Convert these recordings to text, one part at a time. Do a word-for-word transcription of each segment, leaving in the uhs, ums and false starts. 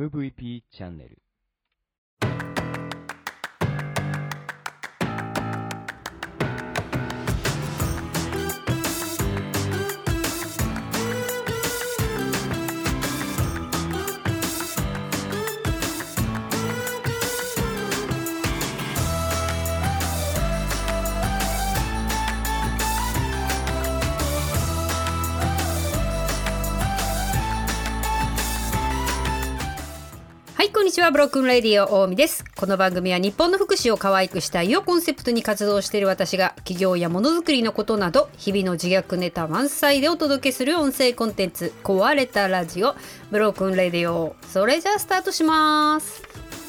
エムブイピー チャンネル。 はい、こんにちは。ブロックンレディオ大見です。この番組は日本の福祉を可愛くしたいをコンセプトに活動している私が企業やものづくりのことなど日々の自虐ネタ満載でお届けする音声コンテンツ壊れたラジオブロックンレディオ。それじゃあスタートします。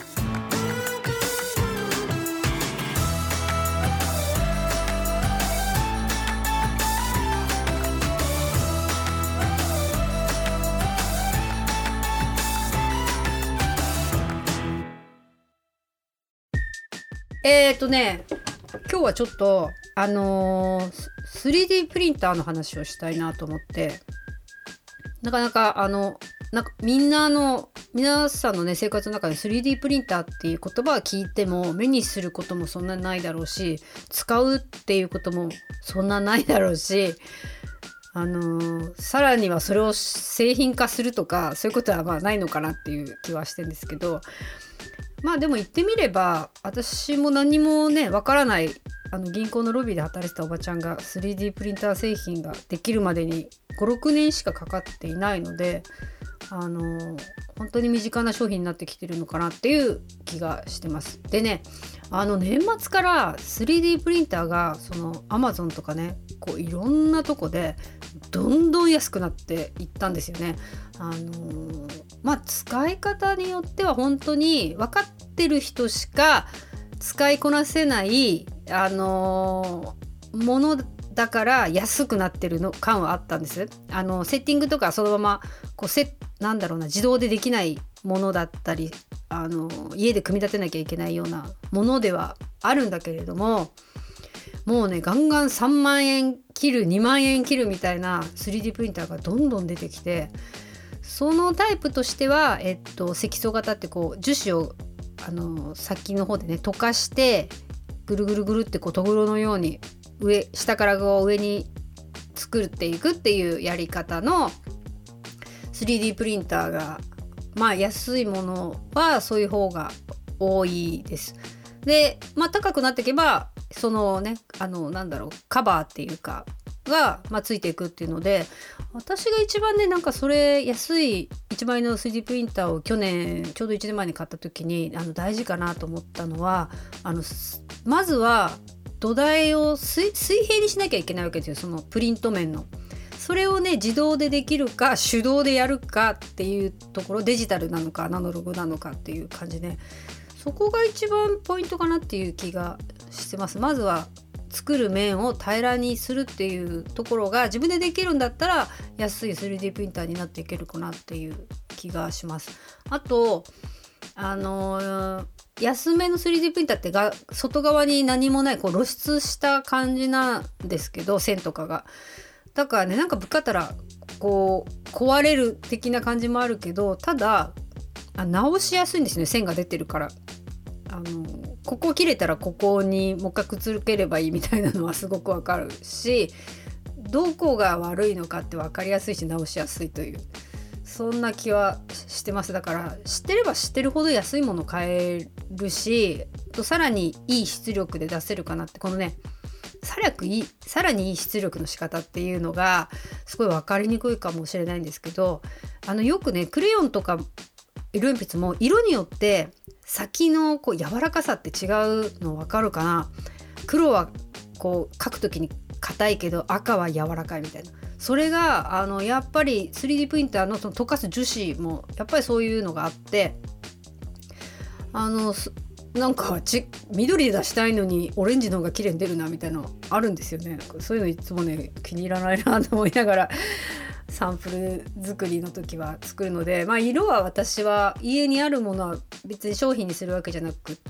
えーとね今日はちょっとあのー、スリーディー プリンターの話をしたいなと思って、なかなかあのなんかみんなの皆さんのね生活の中で スリーディー プリンターっていう言葉を聞いても目にすることもそんなないだろうし、使うっていうこともそんなないだろうし、あのー、さらにはそれを製品化するとかそういうことはまあないのかなっていう気はしてるんですけど、まあでも言ってみれば私も何もねわからないあの銀行のロビーで働いてたおばちゃんが スリーディー プリンター製品ができるまでにごろくねんしかかかっていないので、あの本当に身近な商品になってきてるのかなっていう気がしてます。でね、あの年末から スリーディー プリンターがその Amazon とかねこういろんなとこでどんどん安くなっていったんですよね。あのー、まあ使い方によっては本当に分かってる人しか使いこなせないあのー、ものだから安くなってるの感はあったんです。あのセッティングとかそのままこうセなんだろうな自動でできないものだったり、あの家で組み立てなきゃいけないようなものではあるんだけれども、もうねガンガンさんまんえん切るにまんえん切るみたいな スリーディー プリンターがどんどん出てきて、そのタイプとしては、えっと、積層型ってこう樹脂をあの先の方でね溶かしてぐるぐるぐるってこうとぐろのように上下からこう上に作っていくっていうやり方の スリーディー プリンターがまあ安いものはそういう方が多いです。で、まあ高くなっていけばそのねあのなんだろうカバーっていうかが、まあ、ついていくっていうので、私が一番ねなんかそれ安いいちまん円の スリーディー プリンターを去年ちょうどいちねんまえに買った時にあの大事かなと思ったのは、あのまずは土台を 水, 水平にしなきゃいけないわけですよ。そのプリント面のそれをね自動でできるか手動でやるかっていうところ、デジタルなのかアナログなのかっていう感じで、そこが一番ポイントかなっていう気がしてます。まずは作る面を平らにするっていうところが自分でできるんだったら安い スリーディー プリンターになっていけるかなっていう気がします。あとあのー、安めの スリーディー プリンターってが外側に何もないこう露出した感じなんですけど、線とかがだからねなんかぶっかったらこう壊れる的な感じもあるけど、ただあ直しやすいんですね。線が出てるから、あのここ切れたらここにもう一回くっつければいいみたいなのはすごくわかるし、どこが悪いのかって分かりやすいし直しやすいという、そんな気はしてます。だから知ってれば知ってるほど安いもの買えるし、とさらにいい出力で出せるかなって、このねさらくいいさらにいい出力の仕方っていうのがすごい分かりにくいかもしれないんですけど、あのよくねクレヨンとか色鉛筆も色によって先のこう柔らかさって違うの分かるかな。黒はこう描くときに硬いけど赤は柔らかいみたいな、それがあのやっぱり スリーディー プリンターのその溶かす樹脂もやっぱりそういうのがあって、あのなんかち緑で出したいのにオレンジの方が綺麗に出るなみたいなのあるんですよね。そういうのいつもね気に入らないなと思いながらサンプル作りの時は作るので、まあ、色は私は家にあるものは別に商品にするわけじゃなくって、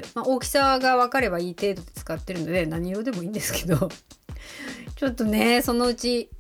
まあ、大きさが分かればいい程度で使ってるので何色でもいいんですけどちょっとねそのうち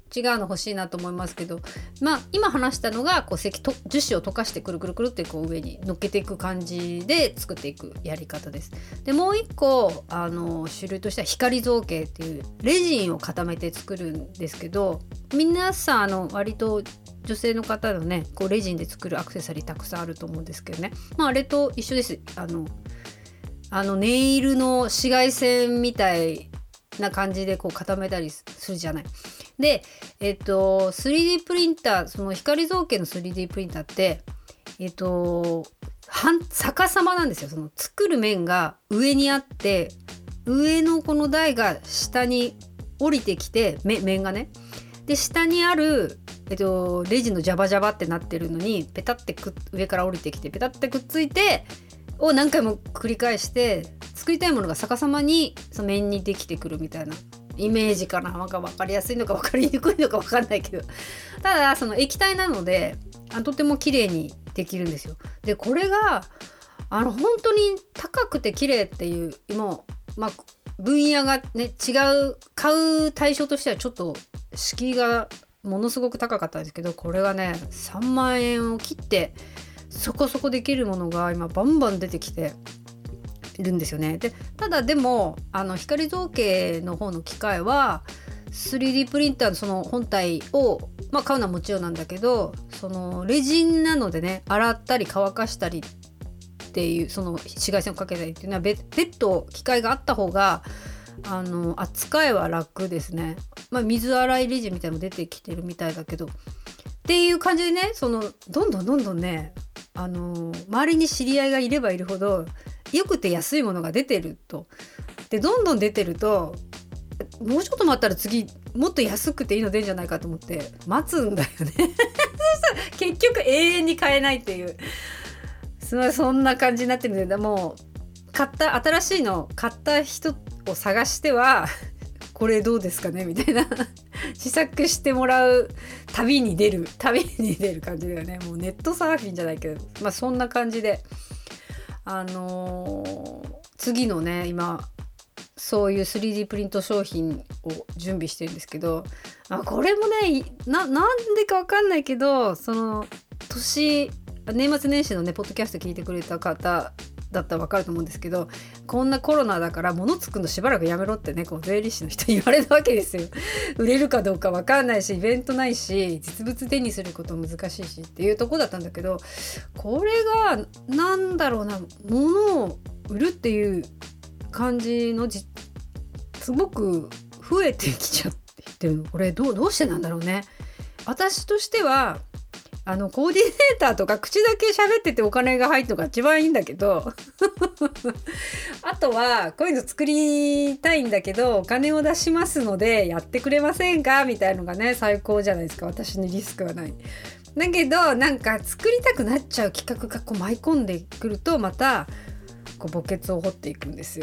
違うの欲しいなと思いますけど、まあ今話したのがこう石と樹脂を溶かしてくるくるくるってこう上に乗っけていく感じで作っていくやり方です。でもう一個あの種類としては光造形っていうレジンを固めて作るんですけど、皆さんあの割と女性の方のねこうレジンで作るアクセサリーたくさんあると思うんですけどね、まああれと一緒です。あのあのネイルの紫外線みたいな感じでこう固めたりするじゃない。で、えっと スリーディー プリンター、その光造形の スリーディー プリンターってえっと半逆さまなんですよ。その作る面が上にあって上のこの台が下に降りてきて面がね、で下にあるえっとレジンのジャバジャバってなってるのにペタってく上から降りてきてペタってくっついてを何回も繰り返して作りたいものが逆さまにその面にできてくるみたいなイメージかな。なんか分かりやすいのか分かりにくいのか分かんないけど、ただその液体なのであとても綺麗にできるんですよ。でこれがあの本当に高くて綺麗っていうもう、まあ、分野がね違う、買う対象としてはちょっと敷居がものすごく高かったんですけど、これがねさんまんえんを切ってそこそこできるものが今バンバン出てきているんですよね。でただでもあの光造形の方の機械は スリーディー プリンターのその本体を、まあ、買うのはもちろんなんだけど、そのレジンなのでね洗ったり乾かしたりっていうその紫外線をかけたりっていうのは別途機械があった方があの扱いは楽ですね。まあ、水洗いレジンみたいなのも出てきてるみたいだけどっていう感じでね、そのどんどんどんどんねあの周りに知り合いがいればいるほどよくて安いものが出てると。でどんどん出てるともうちょっと待ったら次もっと安くていいの出るんじゃないかと思って待つんだよねそしたら結局永遠に買えないっていうそんな感じになってるんで、もう買った新しいの買った人を探してはこれどうですかねみたいな試作してもらう旅に出る旅に出る感じだよね。もうネットサーフィンじゃないけど、まあそんな感じであのー、次のね今そういう スリーディー プリント商品を準備してるんですけど、あこれもね な, なんでか分かんないけど、その年年末年始のねポッドキャスト聞いてくれた方だったら分かると思うんですけど、こんなコロナだから物作るのしばらくやめろってねこう税理士の人に言われたわけですよ。売れるかどうか分かんないしイベントないし実物手にすること難しいしっていうとこだったんだけど、これがなんだろうな、物を売るっていう感じのじすごく増えてきちゃってるの。これどう、どうしてなんだろうね。私としてはあのコーディネーターとか口だけ喋っててお金が入るのが一番いいんだけどあとはこういうの作りたいんだけどお金を出しますのでやってくれませんかみたいのがね最高じゃないですか。私にリスクはない。だけどなんか作りたくなっちゃう企画がこう舞い込んでくるとまたこう墓穴を掘っていくんですよ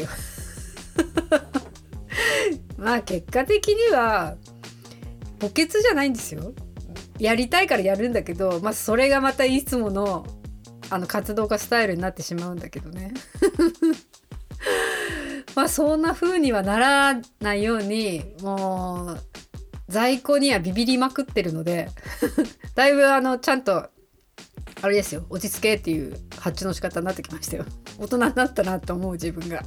まあ結果的には墓穴じゃないんですよ。やりたいからやるんだけど、まあ、それがまたいつもの、あの活動家スタイルになってしまうんだけどねまあそんな風にはならないようにもう在庫にはビビりまくってるのでだいぶあのちゃんとあれですよ、落ち着けっていう発注の仕方になってきましたよ。大人になったなと思う自分が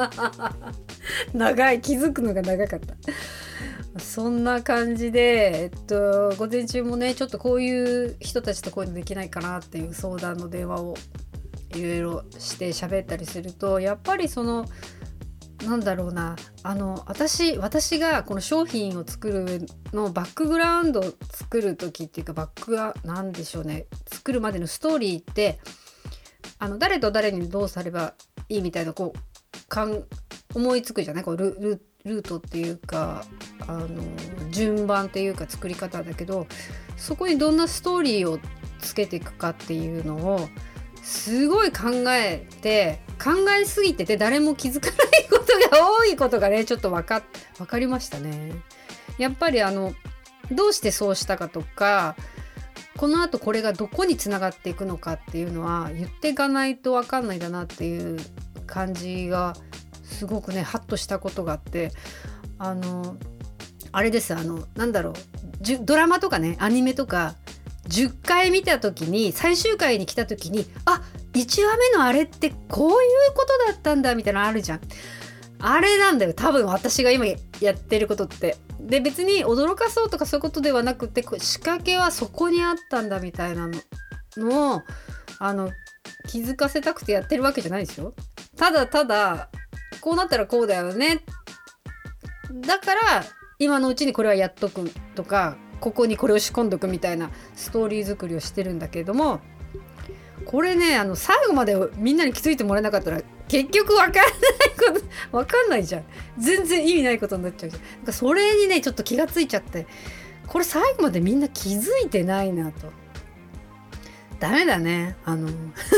長い、気づくのが長かった。そんな感じで、えっと、午前中もねちょっとこういう人たちとこういうのできないかなっていう相談の電話をいろいろして喋ったりすると、やっぱりそのなんだろうな、あの私私がこの商品を作るのバックグラウンドを作る時っていうかバックがなんでしょうね、作るまでのストーリーってあの誰と誰にどうさればいいみたいなこうかん思いつくじゃない、こう ル, ル, ルートっていうかあの順番っていうか作り方だけど、そこにどんなストーリーをつけていくかっていうのをすごい考えて考えすぎてて誰も気づかないことが多いことがねちょっと分か、分かりましたね。やっぱりあのどうしてそうしたかとかこのあとこれがどこにつながっていくのかっていうのは言っていかないと分かんないんだなっていう感じがすごくねハッとしたことがあって、あのあれです、あのなんだろう、じゅドラマとかねアニメとかじゅっかい見た時に最終回に来た時に、あ、いちわめのあれってこういうことだったんだみたいなのあるじゃん。あれなんだよ多分私が今やってることって。で別に驚かそうとかそういうことではなくて、仕掛けはそこにあったんだみたいなののをあの気づかせたくてやってるわけじゃないですよ。ただただこうなったらこうだよね、だから今のうちにこれはやっとくとか、ここにこれを仕込んどくみたいなストーリー作りをしてるんだけれども、これねあの最後までみんなに気づいてもらえなかったら結局分かんないこと分かんないじゃん。全然意味ないことになっちゃうじゃん。なんかそれにねちょっと気がついちゃって、これ最後までみんな気づいてないなと。ダメだね、あの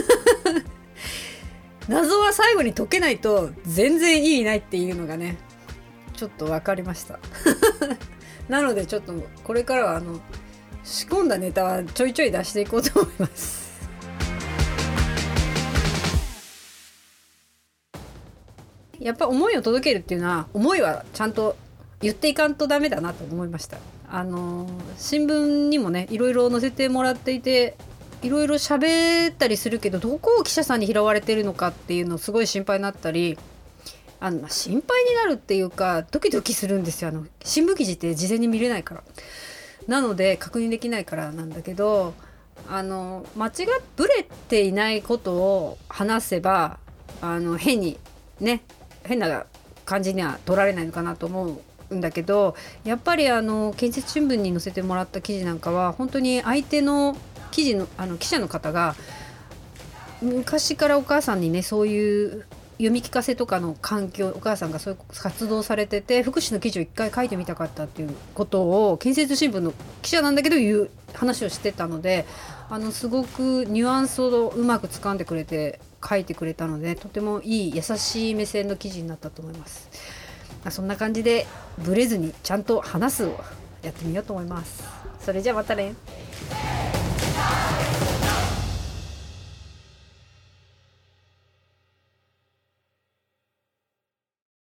謎は最後に解けないと全然意味ないっていうのがねちょっと分かりましたなのでちょっとこれからはあの仕込んだネタはちょいちょい出していこうと思います。やっぱ思いを届けるっていうのは、思いはちゃんと言っていかんとダメだなと思いました。あの新聞にもねいろいろ載せてもらっていて、いろいろ喋ったりするけど、どこを記者さんに拾われてるのかっていうのすごい心配になったり、あの心配になるっていうかドキドキするんですよ。あの新聞記事って事前に見れないから、なので確認できないからなんだけど、あの間違っぶれていないことを話せば、あの変にね変な感じには取られないのかなと思うんだけど、やっぱりあの建設新聞に載せてもらった記事なんかは本当に相手の記事のあの記者の方が昔からお母さんにねそういう読み聞かせとかの環境、お母さんがそういう活動されてて、福祉の記事を一回書いてみたかったっていうことを建設新聞の記者なんだけど言う話をしてたので、あのすごくニュアンスをうまく掴んでくれて書いてくれたので、とてもいい優しい目線の記事になったと思います。そんな感じでブレずにちゃんと話すをやってみようと思います。それじゃあまたね。